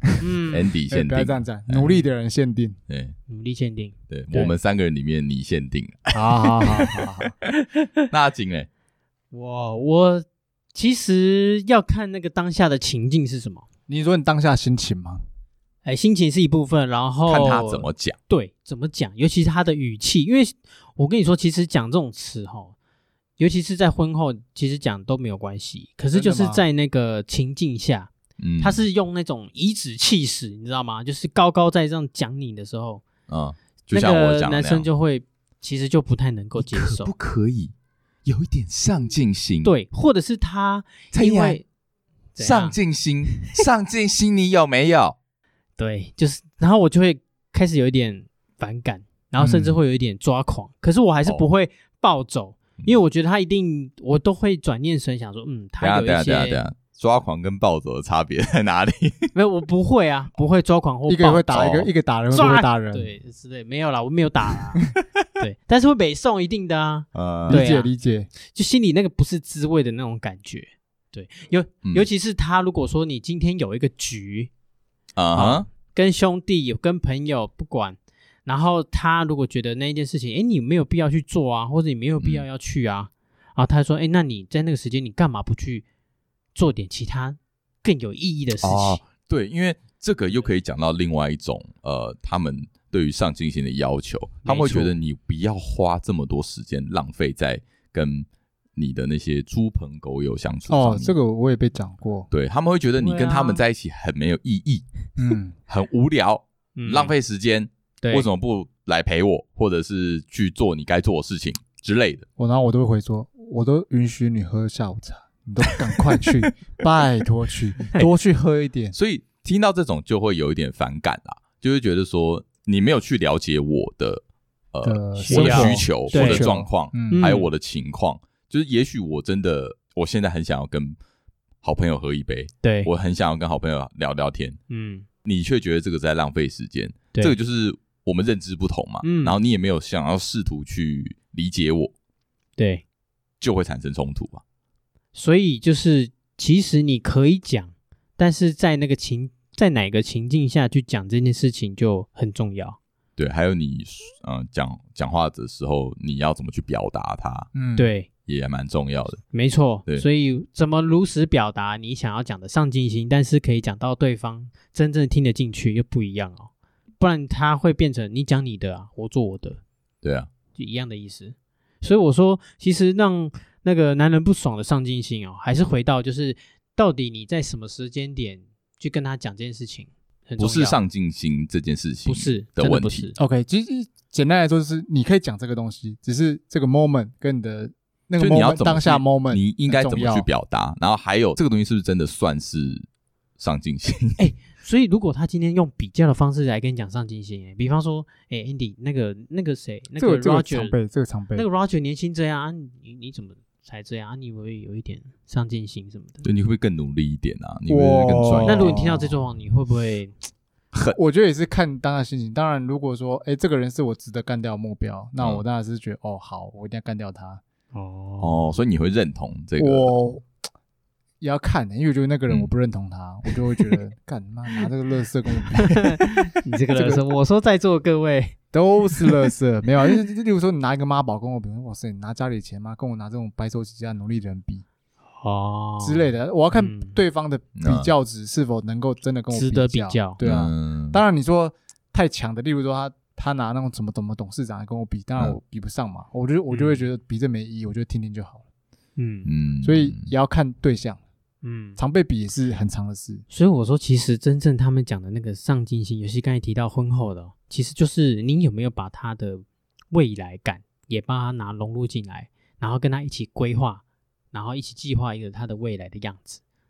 ，Andy 限定， 不要这样讲，努力的人限定， 对，努力限定， 对，我们3个人里面你限定， 好， 那阿景嘞， 我其实要看那个当下的情境是什么。 你说你当下心情吗？ 心情是一部分，然后看他怎么讲， 对，怎么讲，尤其是他的语气，因为我跟你说，其实讲这种词尤其是在婚后，其实讲都没有关系。可是就是在那个情境下，他是用那种颐指气使，你知道吗？就是高高在上讲你的时候， 就像我讲的那样， 男生就会其实就不太能够接受。 不可以有一点上进心？ 对，或者是他因为上进心，上进心你有没有？对， 就是，然后我就会开始有一点反感，然后甚至会有一点抓狂。可是我还是不会暴走。因为我觉得他一定，我都会转念神想说，他有一些抓狂跟暴走的差别在哪里？ 没有，我不会啊，不会抓狂或暴走， 一个会打一个打人，会不会打人？ 对，之类没有啦，我没有打啦。对，但是会北宋一定的啊， 理解， 就心里那个不是滋味的那种感觉。对，尤其是他如果说你今天有一个局跟兄弟跟朋友不管。然后他如果觉得那一件事情，你没有必要去做啊，或者你没有必要要去啊，然后他说，那你在那个时间你干嘛不去做点其他更有意义的事情？ 对，因为这个又可以讲到另外一种他们对于上进心的要求，他们会觉得你不要花这么多时间浪费在跟你的那些猪朋狗友相处上面。 这个我也被讲过。 对，他们会觉得你跟他们在一起很没有意义，很无聊，浪费时间。为什么不来陪我，或者是去做你该做的事情之类的？ 然后我都会回说，我都允许你喝下午茶，你都赶快去，拜托去，多去喝一点。 所以听到这种就会有一点反感啦，就会觉得说你没有去了解我的我的需求或者状况，还有我的情况。就是也许我真的我现在很想要跟好朋友喝一杯， 对， 我很想要跟好朋友聊聊天，你却觉得这个在浪费时间，这个就是我们认知不同嘛，然后你也没有想要试图去理解我， 对， 就会产生冲突啊。 所以就是其实你可以讲，但是在哪个情境下去讲这件事情就很重要。 对，还有你讲话的时候你要怎么去表达它， 对， 也蛮重要的。 没错，所以怎么如实表达你想要讲的上进心，但是可以讲到对方真正听得进去又不一样哦。不然它会变成你讲你的啊，我做我的， 对啊， 就一样的意思。所以我说，其实让那个男人不爽的上进心还是回到就是到底你在什么时间点去跟他讲这件事情很重要， 不是上进心这件事情不是的问题。 OK， 其实简单来说就是你可以讲这个东西，只是这个 moment 跟你的那个 moment 当下 moment 你应该怎么去表达，然后还有这个东西是不是真的算是上进心？ 所以如果他今天用比较的方式来跟你讲上进心，比方说Andy 那个谁，那个 Roger 这个常备， 那个 Roger 年轻这样啊，你怎么才这样啊？你会有一点上进心什么的？ 对，你会不会更努力一点啊？你会不会更专业？ 那如果你听到这种话，你会不会？ 我觉得也是看当下心情。当然，如果说这个人是我值得干掉的目标，那我当然是觉得好，我一定要干掉他。 所以你会认同这个？ 我也要看，因为我觉得那个人我不认同他，我就会觉得干妈拿这个垃圾跟我比。 你这个垃圾，我说在座各位都是垃圾，没有。例如说你拿一个妈宝跟我比，哇塞，你拿家里钱吗？跟我拿这种白手起家努力的人比。之类的，我要看对方的比较值是否能够真的跟我值得比较， 对啊。当然你说太强的，例如说他拿那种怎么董事长来跟我比，当然我比不上嘛。我就会觉得比这没意义，我就听听就好了。所以也要看对象。常被比也是很常的事。 所以我说，其实真正他们讲的那个上进心，尤其刚才提到婚后的，其实就是你有没有把他的未来感也帮他融入进来，然后跟他一起规划。然后一起计划一个他的未来的样子，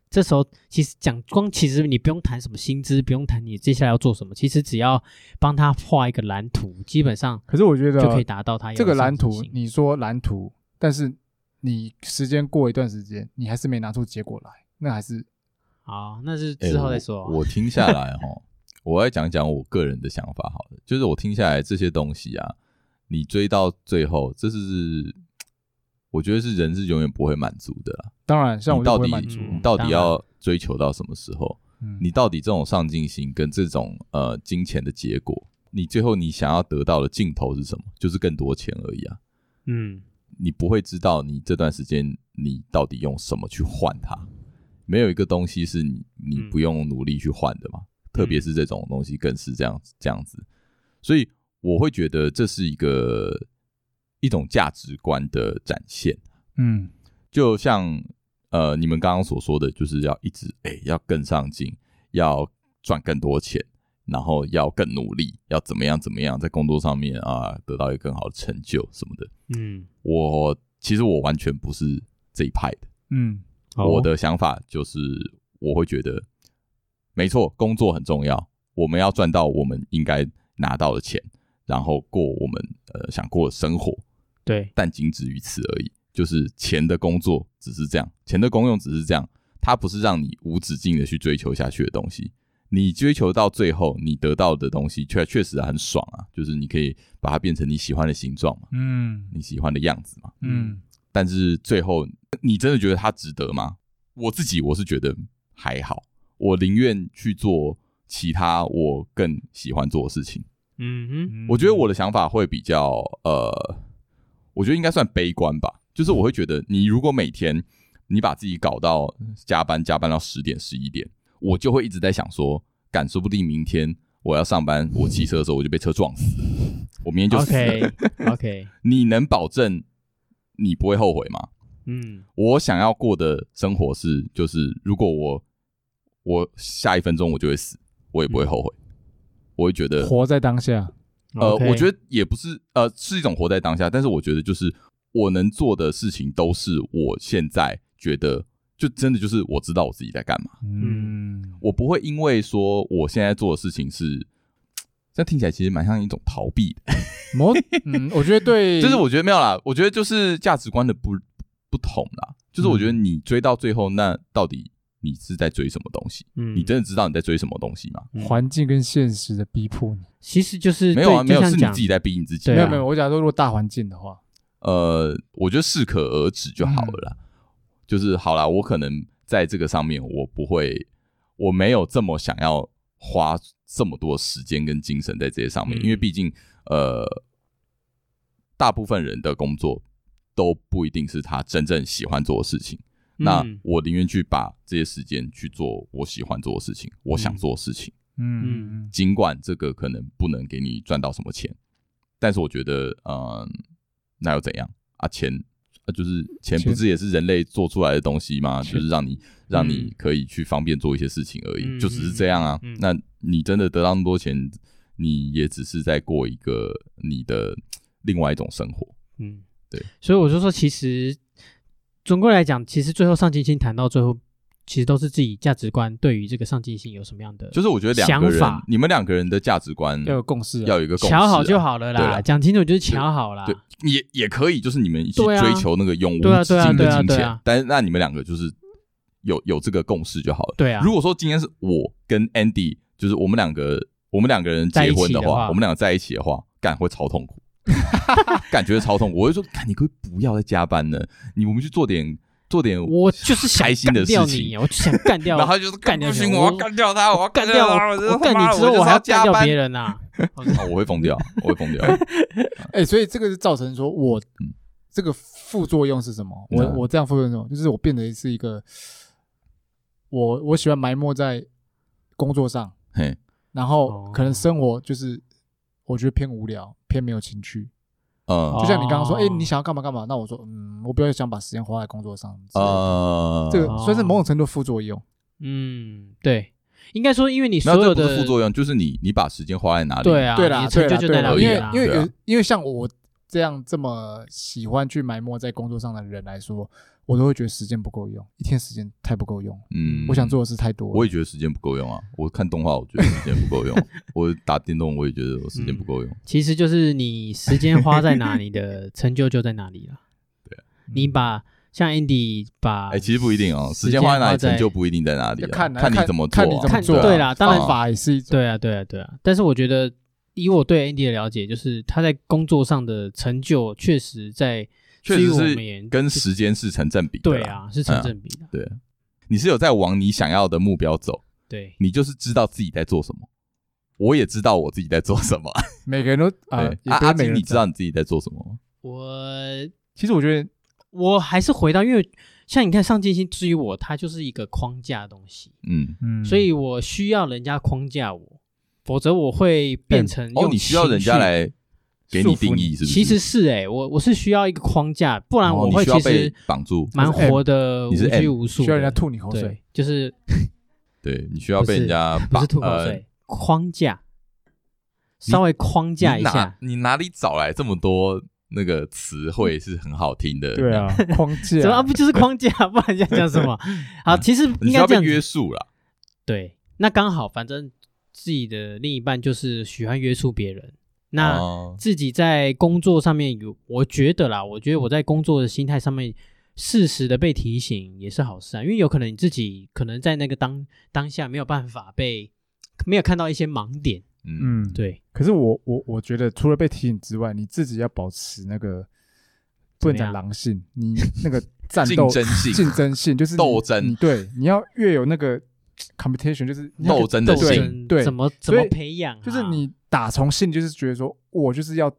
这时候其实其实你不用谈什么薪资，不用谈你接下来要做什么，其实只要帮他画一个蓝图，基本上可是我觉得就可以达到他要的这个蓝图上进心。 你说蓝图，但是你时间过一段时间，你还是没拿出结果来，那还是好，那是之后再说。 我听下来我来讲讲我个人的想法好了，就是我听下来这些东西啊，你追到最后，这是我觉得是人是永远不会满足的啦。 当然，像我就不会满足。 你到底要追求到什么时候？你到底这种上进心跟这种金钱的结果，你最后你想要得到的尽头是什么？就是更多钱而已啊。你不会知道你这段时间你到底用什么去换它，没有一个东西是你不用努力去换的嘛。特别是这种东西更是这样子，所以我会觉得这是一种价值观的展现。就像你们刚刚所说的，就是要一直要更上进，要赚更多钱，然后要更努力，要怎么样在工作上面啊得到一个更好的成就什么的。其实我完全不是这一派的。我的想法就是我会觉得没错，工作很重要，我们要赚到我们应该拿到的钱，然后过我们想过的生活。 对， 但仅止于此而已。就是钱的工作只是这样，钱的功用只是这样，它不是让你無止境的去追求下去的东西。你追求到最后，你得到的东西确实很爽啊，就是你可以把它变成你喜欢的形状嘛，你喜欢的样子嘛，但是最后你真的觉得它值得吗？我是觉得还好。我宁愿去做其他我更喜欢做的事情。我觉得我的想法会比较我觉得应该算悲观吧。就是我会觉得，你如果每天你把自己搞到加班到10点11点，我就会一直在想说，说不定明天我要上班，我骑车的时候我就被车撞死，我明天就死了。 OK， 你能保证你不会后悔吗？我想要过的生活就是如果我下1分钟我就会死，我也不会后悔。我会觉得活在当下。 我觉得也不是是一种活在当下，但是我觉得就是我能做的事情都是我现在觉得就真的就是我知道我自己在干嘛。我不会因为说我现在做的事情是这样听起来其实蛮像一种逃避的。 我觉得对， 就是我觉得没有啦，我觉得就是价值观的不同啦。就是我觉得你追到最后，那到底你是在追什么东西？你真的知道你在追什么东西吗？ 环境跟现实的逼迫你， 其实就是没有啊，没有，是你自己在逼你自己。 没有，我假如说如果大环境的话， 我觉得适可而止就好了啦。就是好啦，我可能在这个上面我没有这么想要花这么多时间跟精神在这些上面，因为毕竟大部分人的工作都不一定是他真正喜欢做的事情。那我宁愿去把这些时间去做我喜欢做的事情，我想做的事情。尽管这个可能不能给你赚到什么钱，但是我觉得那又怎样啊？就是钱不是也是人类做出来的东西吗？就是让你可以去方便做一些事情而已，就只是这样啊。那你真的得到那么多钱，你也只是在过一个你的另外一种生活。对。 所以我就说，其实总归来讲，其实最后上进心谈到最后，其实都是自己价值观对于这个上进心有什么样的， 就是我觉得你们两个人的价值观要有共识， 要有一个共识， 瞧好就好了啦。讲清楚就是瞧好啦。 对，也可以，就是你们一起追求那个永无止境的金钱，但是那你们两个就是有这个共识就好了。 对啊。 如果说今天是我跟 Andy， 就是我们两个人结婚的话，我们两个在一起的话，干会超痛苦。感觉超痛苦，我会说，你可不可以不要再加班了？我们去做点， 我就是开心的事情， 我就想干掉， 然后他就是干掉， 不行，我要干掉他，我要干掉他， 我干你之后我还要干掉别人啊！ 我会疯掉。 所以这个是造成说我这个副作用是什么？我这样副作用是什么？就是我变得是一个我喜欢埋没在工作上，然后可能生活就是我觉得偏无聊，偏没有情趣。就像你刚刚说，你想要干嘛干嘛，那我说，我不要想把时间花在工作上。这个算是某种程度副作用。 对，应该说，因为你所有的不是副作用，就是你把时间花在哪里？ 对啊， 对啦， 成就就在哪里啦。因为像我这么喜欢去埋没在工作上的人来说， 我都会觉得时间不够用，一天时间太不够用。我想做的事太多了。 我也觉得时间不够用啊。我看动画，我觉得时间不够用；我打电动，我也觉得我时间不够用。 其实就是你时间花在哪里的成就就在哪里了。 对， 你像 Andy 把其实不一定哦，时间花在哪里，成就不一定在哪里。看你怎么做， 对啦，当然法也是一种。 对啊。但是我觉得，以我对 Andy 的了解，就是他在工作上的成就，确实是跟时间是成正比的。 对啊，是成正比的。 对，你是有在往你想要的目标走。 对， 你就是知道自己在做什么。我也知道我自己在做什么。 每个人都阿金，你知道你自己在做什么吗？ 其实我觉得我还是回到，因为像你看上进心，至于我，它就是一个框架的东西。所以我需要人家框架我，否则我会变成你需要人家来给你定义，是不是？ 其实是我是需要一个框架，不然我会其实绑住， 蛮活的无拘无束， 需要人家吐你口水， 就是对你需要被人家不是吐口水，框架，稍微框架一下。 你哪里找来这么多那个词汇是很好听的？ 对啊，框架怎么不就是框架？不然要讲什么？好，其实应该这样被约束啦。 对，那刚好，反正自己的另一半就是喜欢约束别人。那自己在工作上面我觉得我在工作的心态上面适时的被提醒也是好事啊，因为有可能你自己可能在那个当下没有办法没有看到一些盲点。对。 可是我觉得除了被提醒之外，你自己要保持那个不能讲狼性，你那个战斗竞争性就是斗争。 对，你要越有那个 competition， 就是斗争的心。 对， 怎么培养啊？ 就是你打从心里就是觉得说，我就是要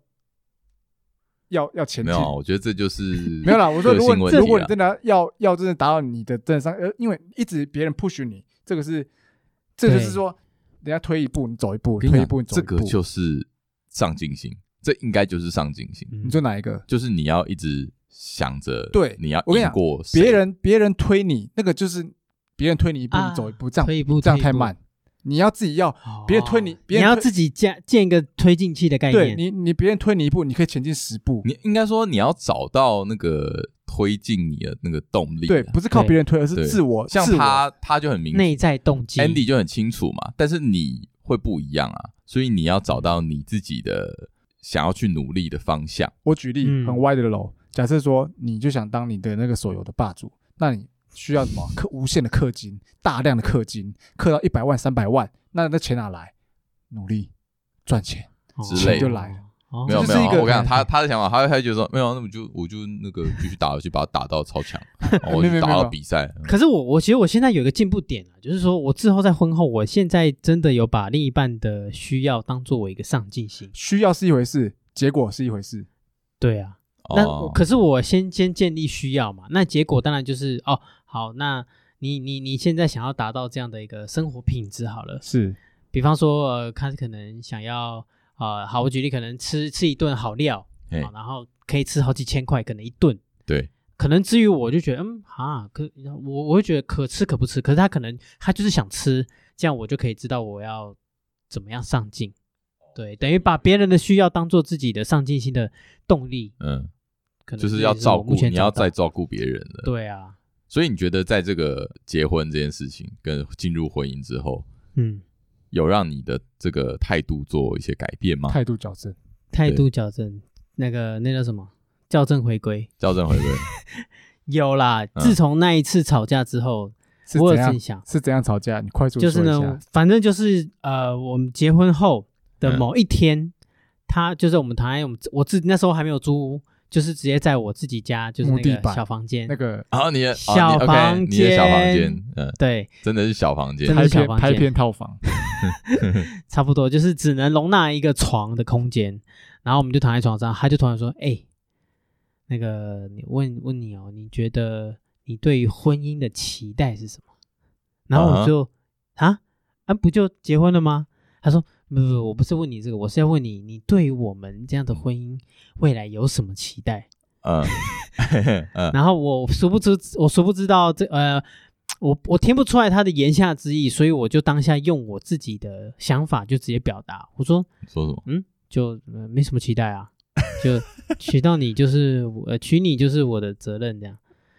前进。 没有，我觉得这就是没有啦。我说如果你真的要真的达到你的真的上，因为一直别人 push 你，这就是说，人家推一步你走一步，推一步你走一步， 这个就是上进心，这应该就是上进心。 你说哪一个？ 就是你要一直想着， 对， 你要赢过谁。 别人推你，那个就是别人推你一步，你走一步，这样推一步， 这样太慢。你要自己别人推你， 你要自己建一个推进器的概念。 对，你别人推你一步，你可以前进10步。 你应该说你要找到那个推进你的那个动力。 对，不是靠别人推，而是自我。 像他就很明显， 内在动机 ，Andy 就很清楚嘛。但是你会不一样啊，所以你要找到你自己的想要去努力的方向。 我举例很歪的楼，假设说你就想当你的那个手游的霸主，那你需要什么？无限的氪金，大量的氪金，氪到100万、300万，那钱哪来？努力赚钱之类的就来了。 没有，我跟你讲，他的想法，他会觉得说，没有，那我就那个继续打游戏，把他打到超强，我就打到比赛。 可是我其实我现在有一个进步点啊，就是说我之后在婚后，我现在真的有把另一半的需要当作我一个上进心。 需要是一回事，结果是一回事。 对啊。可是我先建立需要嘛，那结果当然就是好，那你现在想要达到这样的一个生活品质好了， 是， 比方说他可能想要好，我举例，可能吃一顿好料，然后可以吃好几千块，可能一顿， 对， 可能至于我就觉得我会觉得可吃可不吃，可是他就是想吃，这样我就可以知道我要怎么样上进，对，等于把别人的需要当做自己的上进心的动力， 就是要照顾，你要再照顾别人了。 对啊， 所以你觉得在这个结婚这件事情跟进入婚姻之后，有让你的这个态度做一些改变吗？ 态度矫正， 那叫什么？校正回归。有啦，自从那一次吵架之后，我有心想是怎样吵架？你快速说一下。 就是呢，反正就是我们结婚后的某一天，他就是我们躺在我自己那时候还没有租屋。就是直接在我自己家，就是那个小房间， 那个你的小房间， 你的小房间， 对， 真的是小房间， 拍片套房， 差不多就是只能容纳一个床的空间。然后我们就躺在床上，他就突然说：“那个，问你哦，你觉得你对于婚姻的期待是什么？”然后我就不就结婚了吗？他说。不，我不是问你这个，我是要问你，你对于我们这样的婚姻未来有什么期待？然后我殊不知道我听不出来他的言下之意，所以我就当下用我自己的想法就直接表达，我说什么？ 就没什么期待啊，就娶你就是我的责任这样。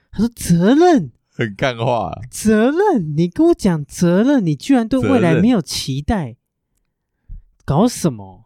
他说责任很干话啊， 责任，你跟我讲责任，你居然对未来没有期待，搞什么？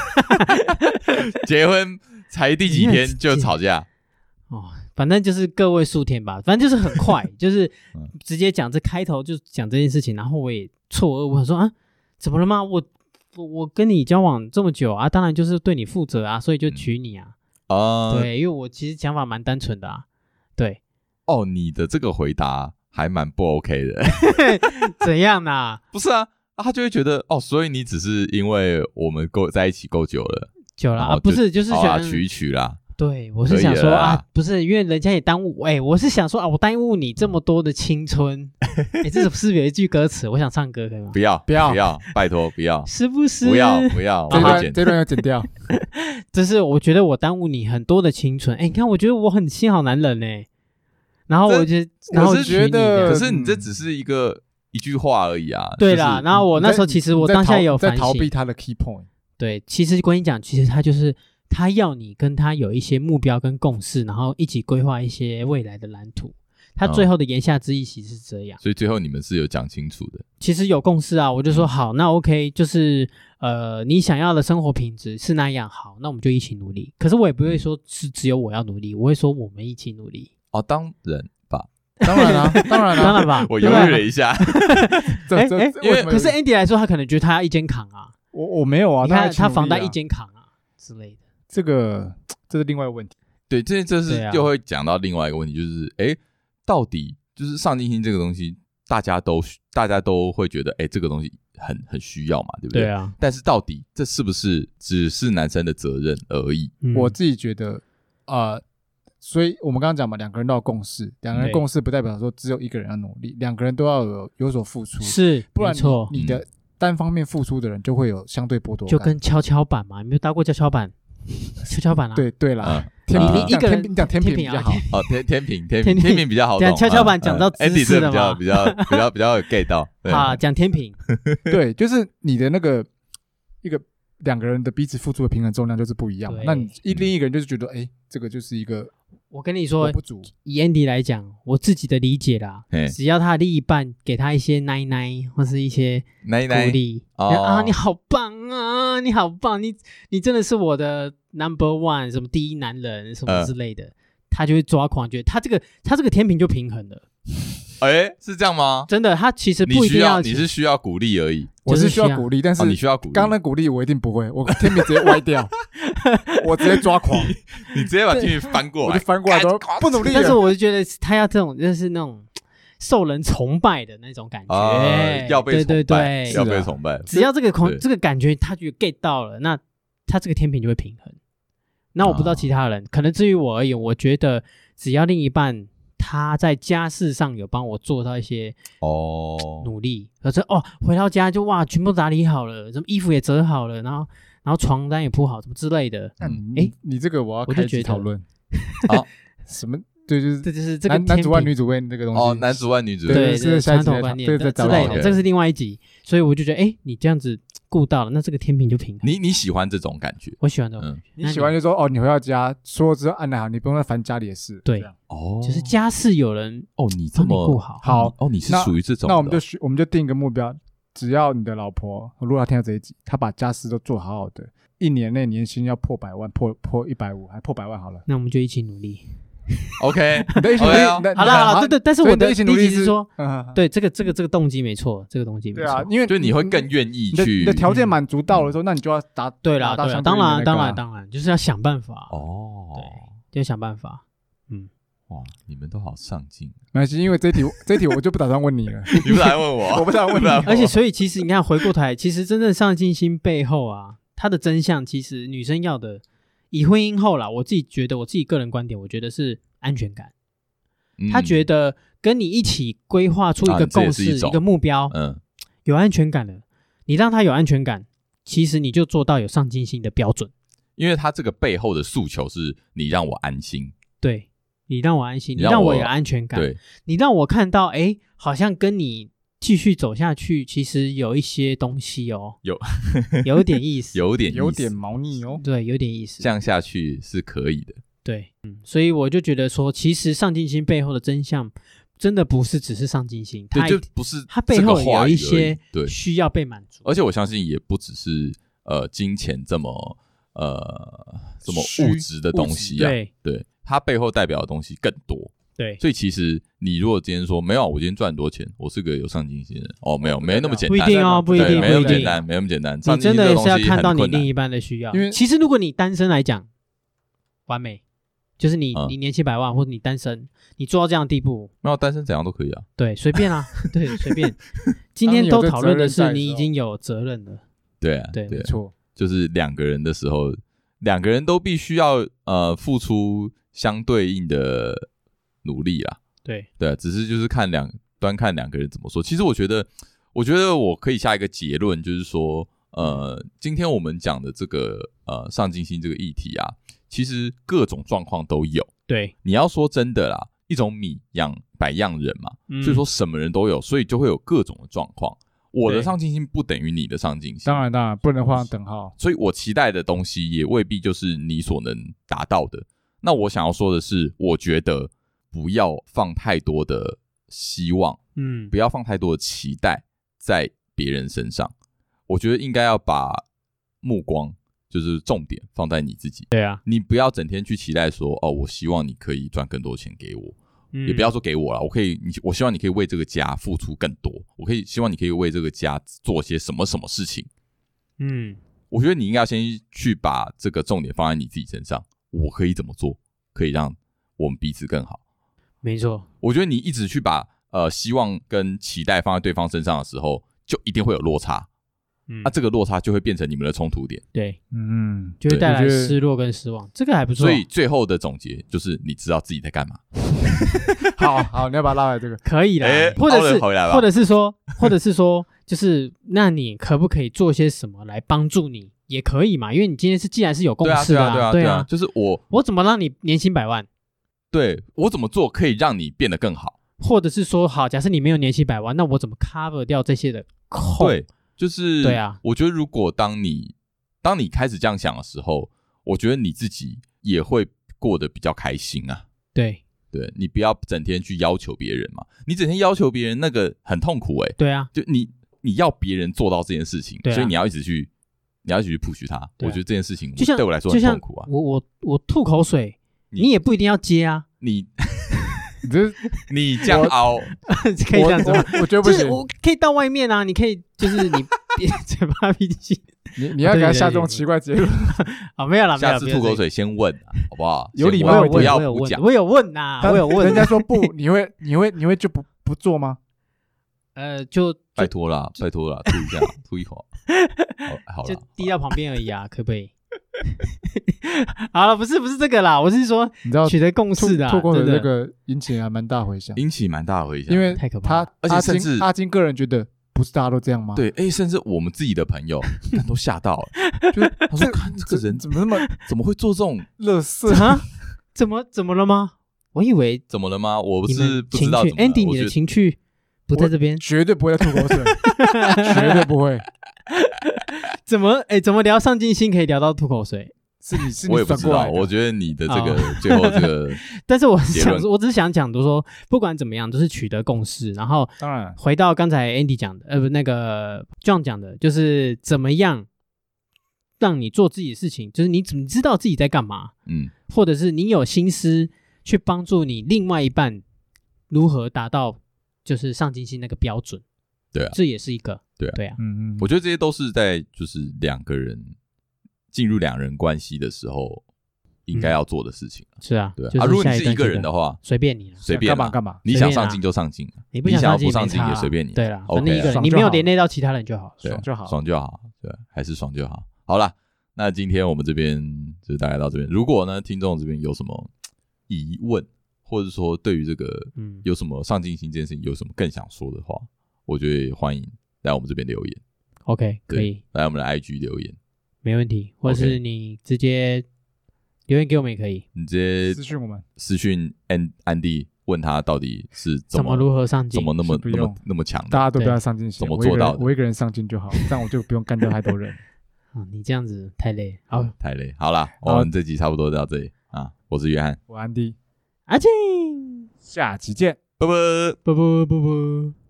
结婚才第几天就吵架哦，反正就是个位数天吧，反正就是很快，就是直接讲这开头就讲这件事情，然后我也错愕，我说啊，怎么了吗？我跟你交往这么久啊，当然就是对你负责啊，所以就娶你啊。对，因为我其实想法蛮单纯的啊。对， 哦，你的这个回答还蛮不 OK 的。 怎样呢？ 不是啊，他就会觉得哦，所以你只是因为我们在一起够久了啊，不是，就是想娶一娶啦。 对，我是想说啊，不是，因为人家也耽误，我是想说啊，我耽误你这么多的青春。这是不是有一句歌词？我想唱歌，可以吗？ 不要，拜托不要， 是不是？ 不要， 这段要剪掉。 就是我觉得我耽误你很多的青春。你看，我觉得我很新好男人呢。然后我觉得， 可是你这只是一句话而已啊。 对啦，然后我那时候其实我当下有反省， 在逃避他的 key point。 对，其实跟你讲，其实他就是他要你跟他有一些目标跟共识，然后一起规划一些未来的蓝图。他最后的言下之意其实是这样， 所以最后你们是有讲清楚的。 其实有共识啊，我就说好，那 OK， 就是你想要的生活品质是那样，好，那我们就一起努力。可是我也不会说是只有我要努力，我会说我们一起努力。 哦，当然吧， 当然吧， 我犹豫了一下。 因为可是 Andy 来说，他可能觉得他要一肩扛啊， 我没有啊， 你看他房贷一肩扛啊之类的， 这是另外一个问题。 对，这是又会讲到另外一个问题，就是到底就是上进心这个东西，大家都会觉得，这个东西很需要嘛，对不对？ 对啊。 但是到底这是不是只是男生的责任而已？ 我自己觉得，所以我们刚刚讲嘛，两个人都要共识，两个人共识不代表说只有一个人要努力，两个人都要有所付出， 是， 不然你的单方面付出的人就会有相对剥夺感， 就跟跷跷板嘛，你没有搭过跷跷板？跷跷板啊， 对啦， 你一个人讲天平比较好。 哦，天平比较好懂。 跷跷板讲到姿势了嘛， 比较有 get 到。 好，讲天平。 对，就是你的那个两个人的彼此付出的平衡重量就是不一样嘛。那你另一个人就是觉得，这个就是一个， 我跟你说，以 Andy 来讲，我自己的理解啦，只要他的另一半给他一些奶或是一些鼓励啊，你好棒啊，你好棒，你真的是我的 No.1， 什么第一男人什么之类的，他就会抓狂，觉得他这个天平就平衡了。 是这样吗？ 真的，他其实不一定要， 你是需要鼓励而已。 我是需要鼓励，但是你需要鼓励。 刚刚的鼓励我一定不会，我天平直接歪掉，我直接抓狂。 你直接把天平翻过来， 我就翻过来说不努力。 但是我就觉得他要这种，就是那种受人崇拜的那种感觉， 要被崇拜， 对， 要被崇拜。 只要这个感觉他觉得 get 到了，那他这个天平就会平衡。那我不知道其他人，可能至于我而言，我觉得只要另一半他在家事上有帮我做到一些努力，可是回到家就哇，全部打理好了，什么衣服也折好了，然后床单也铺好，什么之类的。 你这个我要开始讨论。什么？对， 就是这个男主外女主外这个东西。 男主外女主对，是传统观念之类的，这个是另外一集。所以我就觉得，你这样子顾到了，那这个天平就平衡。 你喜欢这种感觉？ 我喜欢这种感觉。 你喜欢就说你回到家说之后安排好，你不用再烦家里的事。 对，就是家事有人你这么顾好。 好， 你是属于这种。 那我们就定一个目标，只要你的老婆如果要听到这一集，她把家事都做好好的，1年内年薪要破100万，破150，还破100万好了。 那我们就一起努力。 OK， 你的一起努力， 好了，对，但是我的一起努力是说，对这个动机没错，这个动机没错。 对啊，因为就你会更愿意去， 你的条件满足到了之后，那你就要达对啦，当然，就是要想办法对，要想办法。 哇，你们都好上进。 没关系，因为这一题我就不打算问你了。 你不打算问我， 我不打算问你。 而且，所以其实你看，回过头来，其实真正上进心背后啊，它的真相，其实女生要的。以婚姻后啦，我自己觉得，我自己个人观点，我觉得是安全感。他觉得跟你一起规划出一个共识、一个目标，有安全感了，你让他有安全感，其实你就做到有上进心的标准。 因为他这个背后的诉求是你让我安心， 对，你让我安心，你让我有安全感， 对， 你让我看到，好像跟你继续走下去，其实有一些东西有点意思， 有点猫腻哦， 对，有点意思， 这样下去是可以的， 对，所以我就觉得说，其实上进心背后的真相，真的不是只是上进心， 对，就不是它背后有一些需要被满足， 而且我相信也不只是金钱这么物质的东西啊，对，它背后代表的东西更多。 对， 所以其实你如果今天说没有，我今天赚很多钱，我是个有上进心的人，没那么简单， 不一定哦，不一定， 没那么简单，没那么简单。 你真的是要看到你另一半的需要， 因为其实如果你单身来讲，完美，就是你年薪100万，或者你单身，你做到这样的地步， 没有单身怎样都可以啊， 对，随便啊，对，随便。今天都讨论的是你已经有责任了， 对啊， 对，没错， 就是两个人的时候，两个人都必须要付出相对应的努力啦，对，只是就是看两个人怎么说。其实我觉得我可以下一个结论，就是说，今天我们讲的这个上进心这个议题啊，其实各种状况都有。 对， 你要说真的啦，一种米养百样人嘛，所以说什么人都有，所以就会有各种的状况。我的上进心不等于你的上进心， 当然不能画上等号。 所以我期待的东西也未必就是你所能达到的。那我想要说的是，我觉得不要放太多的希望，不要放太多的期待在别人身上。我觉得应该要把目光，就是重点放在你自己。 对啊， 你不要整天去期待说，我希望你可以赚更多钱给我，也不要说给我啦，我希望你可以为这个家付出更多，希望你可以为这个家做些什么事情。我觉得你应该要先去把这个重点放在你自己身上，我可以怎么做，可以让我们彼此更好。 没错， 我觉得你一直去把希望跟期待放在对方身上的时候，就一定会有落差。这个落差就会变成你们的冲突点。 对，就会带来失落跟失望，这个还不错。 所以最后的总结就是，你知道自己在干嘛。 好，你要把它拉来这个可以啦，或者是说，就是那你可不可以做些什么来帮助你，也可以嘛？因为你今天既然是有共识的， 对啊，就是我怎么让你年薪100万？ 对，我怎么做可以让你变得更好？ 或者是说，好，假设你没有年薪100万，那我怎么 cover 掉这些的空？ 对，就是对啊。我觉得如果当你开始这样想的时候，我觉得你自己也会过得比较开心啊。 对， 你不要整天去要求别人嘛，你整天要求别人那个很痛苦欸。对啊，就你要别人做到这件事情，所以你要一直去 push 他。我觉得这件事情对我来说很痛苦啊。 我吐口水，你也不一定要接啊。 你这样凹可以这样子吗？ 我觉得不行， 我可以到外面啊，你可以就是你别嘴巴闭气。 你要给他下这种奇怪结论啊？没有啦， 下次吐口水先问，好不好？ 有礼貌， 不要不讲。 我有问呐，我有问。 人家说不，你会就不做吗？ 就拜托啦，吐一下，吐一口。好了， 就滴到旁边而已啊，可不可以？好了，不是这个啦，我是说，你知道取得共识的， 吐口水这个引起还蛮大回响， 因为太可怕了。 而且甚至阿金个人觉得，不是大家都这样吗？ 对，甚至我们自己的朋友都吓到了，就是他说，看这个人怎么会做这种垃圾啊？怎么了吗？我以为怎么了吗？我不知道怎么了。 Andy， 你的情绪不在这边， 绝对不会再吐口水，绝对不会。 怎么聊上进心可以聊到吐口水？ 是你我也不知道。我觉得你的这个最后这个， 但是我只是想讲，就是说，不管怎么样，都是取得共识。然后， 当然回到刚才 Andy 讲的，那个 John 讲的，就是怎么样让你做自己的事情，就是你知道自己在干嘛，或者是你有心思去帮助你另外一半如何达到就是上进心那个标准。 对啊， 这也是一个对啊， 我觉得这些都是在就是两个人进入两人关系的时候应该要做的事情。是啊，对啊。如果你是一个人的话， 随便你， 随便干嘛， 你想上进就上进， 你不想不上进也随便你。 对啦，反正一个人，你没有连累到其他人就好， 爽就好， 对，还是爽就好。好啦，那今天我们这边就大概到这边。如果呢，听众这边有什么疑问，或者说对于这个有什么上进心这件事情有什么更想说的话，我觉得也欢迎来我们这边留言。 OK， 可以来我们的 IG 留言， 没问题，或者是你直接留言给我们也可以。 你直接私讯安迪，问他到底是怎么如何上进， 怎么那么强的， 大家都不要上进心， 怎么做到的？ 我一个人上进就好，这样我就不用干掉太多人。 你这样子太累， 太累。好啦，我们这集差不多到这里啊。 我是约翰， 我安迪， 阿庆， 下期见， 拜拜。 啵啵啵啵。